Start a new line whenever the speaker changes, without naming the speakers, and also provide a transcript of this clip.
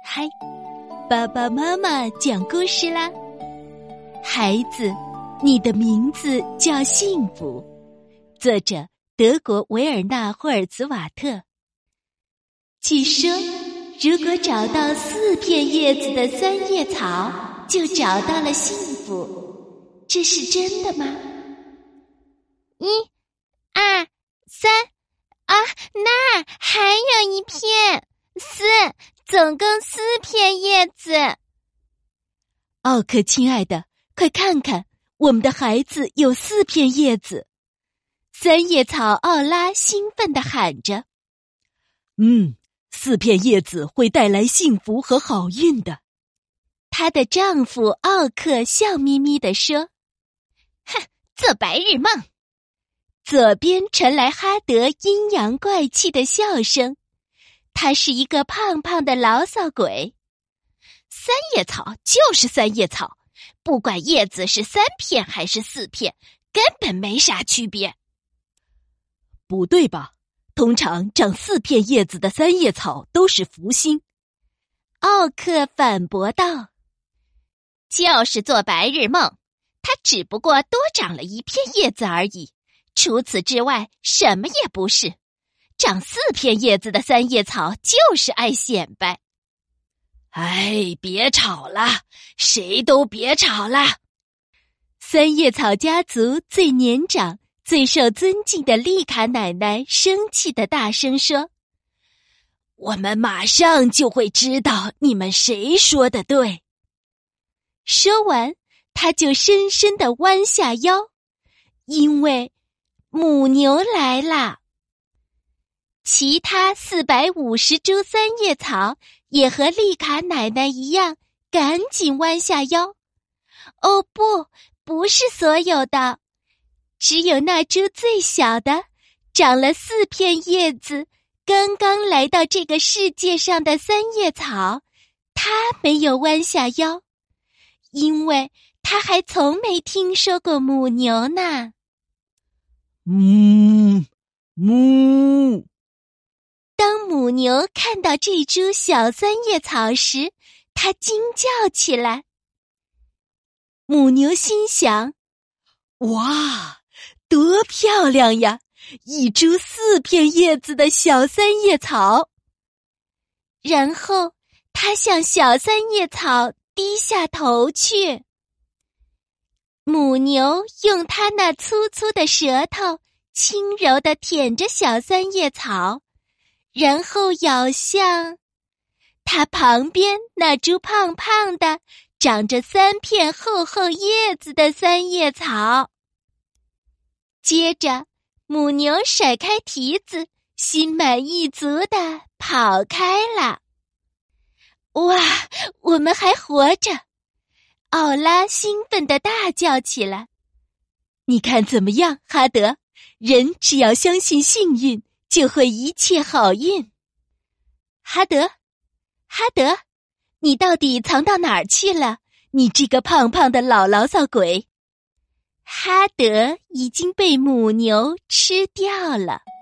嗨，爸爸妈妈讲故事啦！孩子，你的名字叫幸福。作者德国维尔纳·霍尔茨瓦特。据说，如果找到4片叶子的3叶草，就找到了幸福。这是真的吗
？1、2、3，那儿还有一片，4，总共4片叶子。
奥克亲爱的，快看看，我们的孩子有4片叶子。3叶草奥拉兴奋地喊着
4片叶子会带来幸福和好运的。
她的丈夫奥克笑眯眯地说：
哼，做白日梦。
左边传来哈德阴阳怪气的笑声，他是一个胖胖的牢骚鬼。
3叶草就是3叶草，不管叶子是3片还是4片，根本没啥区别。
不对吧？通常长4片叶子的3叶草都是福星。
奥克反驳道：
就是做白日梦，它只不过多长了1片叶子而已，除此之外什么也不是。长4片叶子的3叶草就是爱显摆。
哎，别吵了，谁都别吵了。
3叶草家族最年长、最受尊敬的丽卡奶奶生气地大声说：
我们马上就会知道你们谁说的对。
说完，她就深深地弯下腰，因为母牛来了。其他450株3叶草也和丽卡奶奶一样，赶紧弯下腰。哦不是所有的，只有那株最小的，长了4片叶子，刚刚来到这个世界上的3叶草，它没有弯下腰，因为它还从没听说过母牛呢。
哞。
当母牛看到这株小3叶草时，它惊叫起来。母牛心想：
哇，多漂亮呀！一株4片叶子的小3叶草。
然后，它向小3叶草低下头去。母牛用它那粗粗的舌头轻柔地舔着小3叶草，然后咬向它旁边那株胖胖的、长着3片厚厚叶子的3叶草。接着，母牛甩开蹄子，心满意足地跑开了。哇，我们还活着！奥拉兴奋地大叫起来。你看怎么样，哈德？人只要相信幸运，就会一切好运。哈德，你到底藏到哪儿去了？你这个胖胖的老牢骚鬼！哈德已经被母牛吃掉了。